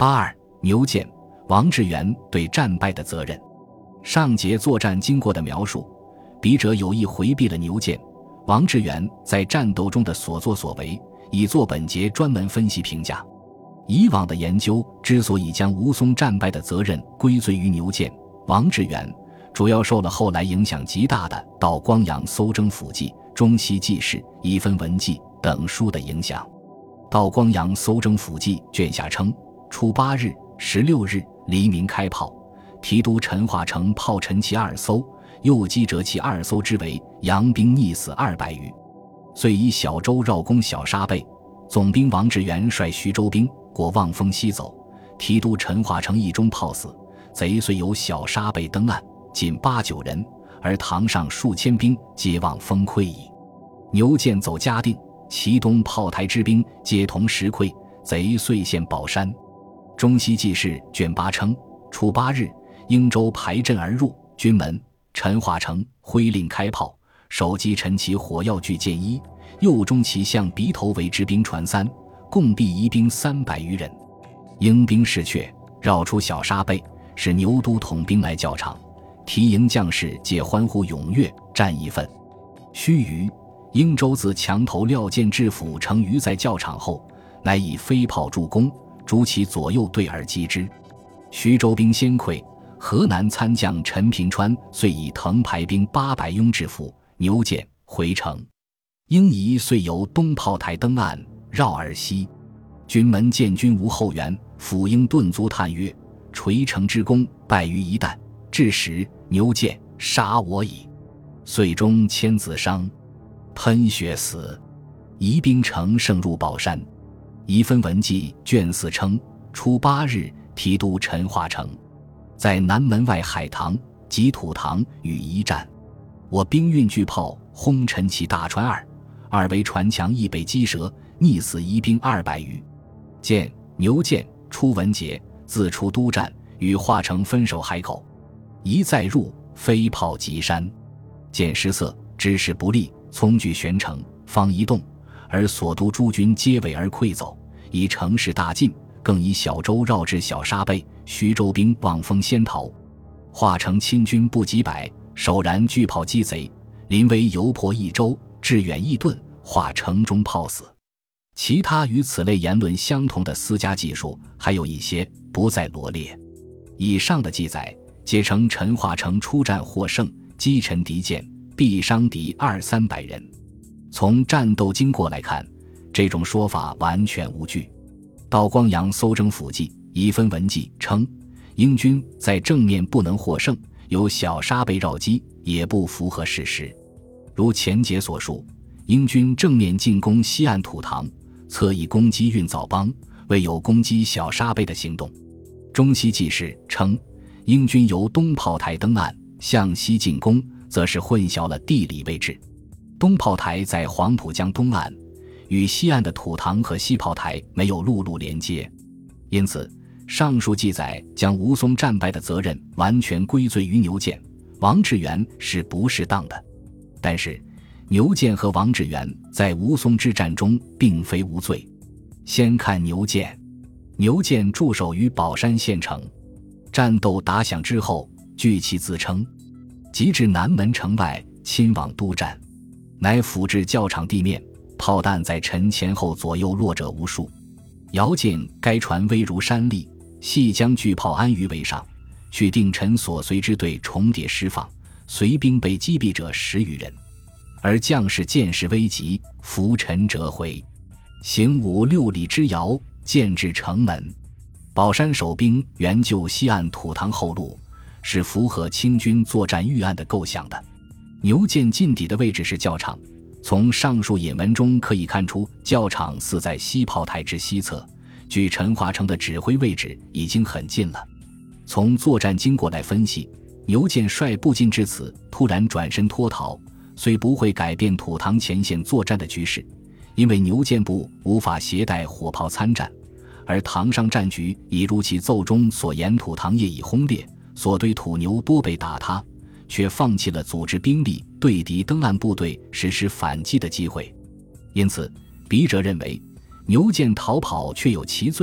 82牛见，王志元对战败的责任。上节作战经过的描述，笔者有意回避了牛见、王志元在战斗中的所作所为，以作本节专门分析评价。以往的研究之所以将吴淞战败的责任归罪于牛见、王志元，主要受了后来影响极大的《道光洋搜征府记》《中西纪事》《一分文记》等书的影响。《道光洋搜征府记》卷下称，初8日、16日黎明开炮，提督陈化成炮沉其2艘，右击折其2艘之围，洋兵溺死200余，遂以小舟绕攻小沙背。总兵王志元率徐州兵过望风西走，提督陈化成一中炮死，贼遂由小沙背登岸，仅8、9人，而堂上数千兵皆望风溃矣。牛见走嘉定、祁东炮台之兵皆同时溃，贼遂陷宝山。中西纪事卷8称，初8日，英州排阵而入，军门，陈化成挥令开炮，首击陈其火药具舰1，右中其向鼻头为之兵船3，共毙夷兵300余人。英兵士却绕出小沙背，使牛都统兵来校场，提营将士皆欢呼踊跃，战一奋。须臾，英州自墙头廖建制府成于在校场后，乃以飞炮助攻，逐其左右队而击之。徐州兵先溃，河南参将陈平川遂以藤牌兵800拥制服，牛见回城。英仪遂由东炮台登岸，绕而西。军门见军无后援，辅应顿足叹曰：垂城之功，败于一旦，至时牛见杀我矣。遂中千子伤，喷血死。夷兵乘胜入宝山。一分文记卷4称，初8日，提督陈化成在南门外海塘及土塘与夷战，我兵运巨炮轰沉其大船2为船墙亦被击折，溺死夷兵200余。牛见初文节，自出都站，与化成分守海口。一再入，飞炮击山。见失色，知势不利，聪据悬城，方一动，而所督诸军皆尾而溃走，以城势大进，更以小舟绕至小沙背，徐州兵望风先逃。化成亲军不及100，首燃巨炮击贼，临危犹破一舟，至远一遁，化城中炮死。其他与此类言论相同的私家技术还有一些，不再罗列。以上的记载皆称陈化成出战获胜，击沉敌舰，毙伤敌200-300人。从战斗经过来看，这种说法完全无据。道光洋搜征府记一分文记称，英军在正面不能获胜，有小沙背绕击，也不符合事实。如前节所述，英军正面进攻西岸土塘，侧翼攻击运枣帮，未有攻击小沙背的行动。中西纪事称，英军由东炮台登岸，向西进攻，则是混淆了地理位置。东炮台在黄浦江东岸，与西岸的土塘和西炮台没有陆路连接，因此上述记载将吴淞战败的责任完全归罪于牛见、王志元是不适当的。但是牛见和王志元在吴淞之战中并非无罪。先看牛见。牛见驻守于宝山县城，战斗打响之后，据其自称，即至南门城外，亲往督战，乃俯至校场地面，炮弹在陈前后左右落者无数。遥见该船危如山立，系将巨炮安于围上，去定陈所随之队重叠释放，随兵被击毙者10余人，而将士见势危急，浮沉折回，行5-6里之遥，渐至城门。宝山守兵原就西岸土塘后路，是符合清军作战预案的构想的。牛见进抵的位置是校场，从上述引文中可以看出，校场似在西炮台之西侧，距陈化成的指挥位置已经很近了。从作战经过来分析，牛见率部进至此，突然转身脱逃，虽不会改变土塘前线作战的局势，因为牛见部无法携带火炮参战，而塘上战局已如其奏中所言，土塘业已轰裂，所对土牛多被打塌，却放弃了组织兵力对敌登岸部队实施反击的机会。因此笔者认为，牛见逃跑确有其罪，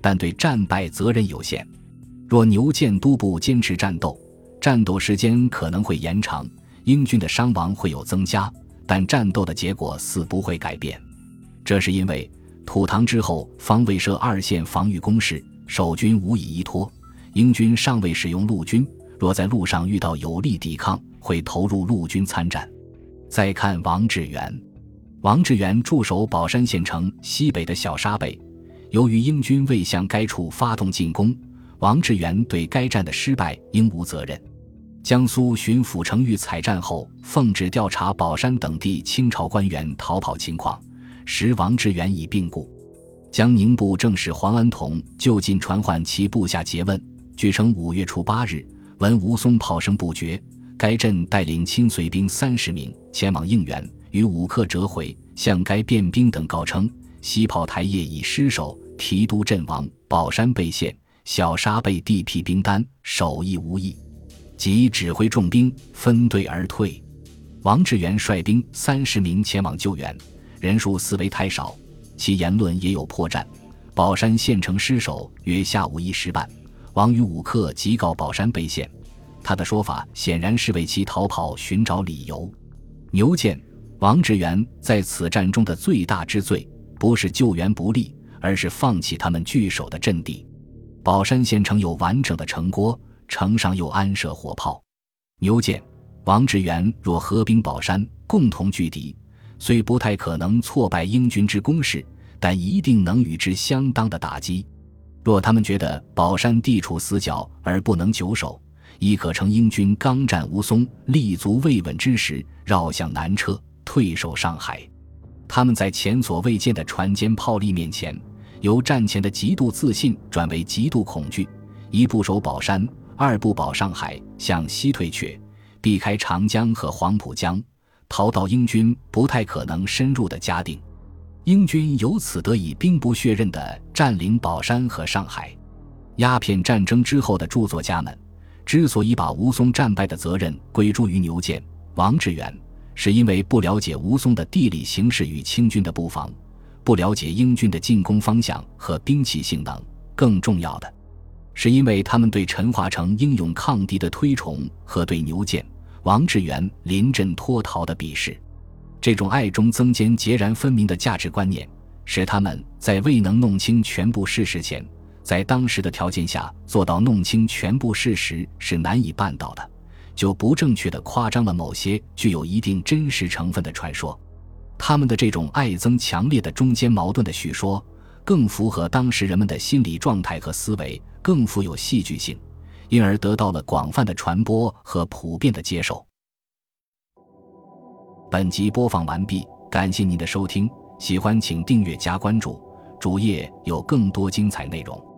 但对战败责任有限。若牛建都部坚持战斗，战斗时间可能会延长，英军的伤亡会有增加，但战斗的结果似不会改变。这是因为土塘之后方未设二线防御工事，守军无以依托，英军尚未使用陆军，若在路上遇到有力抵抗，会投入陆军参战。再看王志元，王志元驻守宝山县城西北的小沙背，由于英军未向该处发动进攻，王志元对该战的失败应无责任。江苏巡抚程昱采战后奉旨调查宝山等地清朝官员逃跑情况，时王志元已病故。江宁部正使黄安统就近传唤其部下诘问，据称5月初8日，闻吴淞炮声不绝，该镇带领亲随兵30名前往应援，与武克折回，向该便兵等告称，西炮台夜已失守，提督阵亡，宝山被陷，小沙被地辟兵单，守亦无益，即指挥重兵分队而退。王志元率兵30名前往救援，人数似为太少，其言论也有破绽。宝山县城失守约下午1时半，王与武克即告宝山被陷，他的说法显然是为其逃跑寻找理由。牛建、王志元在此战中的最大之罪，不是救援不力，而是放弃他们据守的阵地。宝山县城有完整的城郭，城上又安设火炮。牛建、王志元若合兵宝山，共同拒敌，虽不太可能挫败英军之攻势，但一定能与之相当的打击。若他们觉得宝山地处死角而不能久守，亦可乘英军刚战吴淞，立足未稳之时，绕向南撤，退守上海。他们在前所未见的船坚炮利面前，由战前的极度自信转为极度恐惧，一步守宝山，二步保上海，向西退却，避开长江和黄浦江，逃到英军不太可能深入的嘉定。英军由此得以兵不血刃地占领宝山和上海。鸦片战争之后的著作家们之所以把吴淞战败的责任归诸于牛建、王志元，是因为不了解吴淞的地理形势与清军的布防，不了解英军的进攻方向和兵器性能，更重要的是因为他们对陈华成英勇抗敌的推崇和对牛建、王志元临阵脱逃的鄙视。这种爱中增间截然分明的价值观念，使他们在未能弄清全部事实前，在当时的条件下做到弄清全部事实是难以办到的，就不正确地夸张了某些具有一定真实成分的传说。他们的这种爱憎强烈的中间矛盾的叙说，更符合当时人们的心理状态和思维，更富有戏剧性，因而得到了广泛的传播和普遍的接受。本集播放完毕，感谢您的收听，喜欢请订阅加关注，主页有更多精彩内容。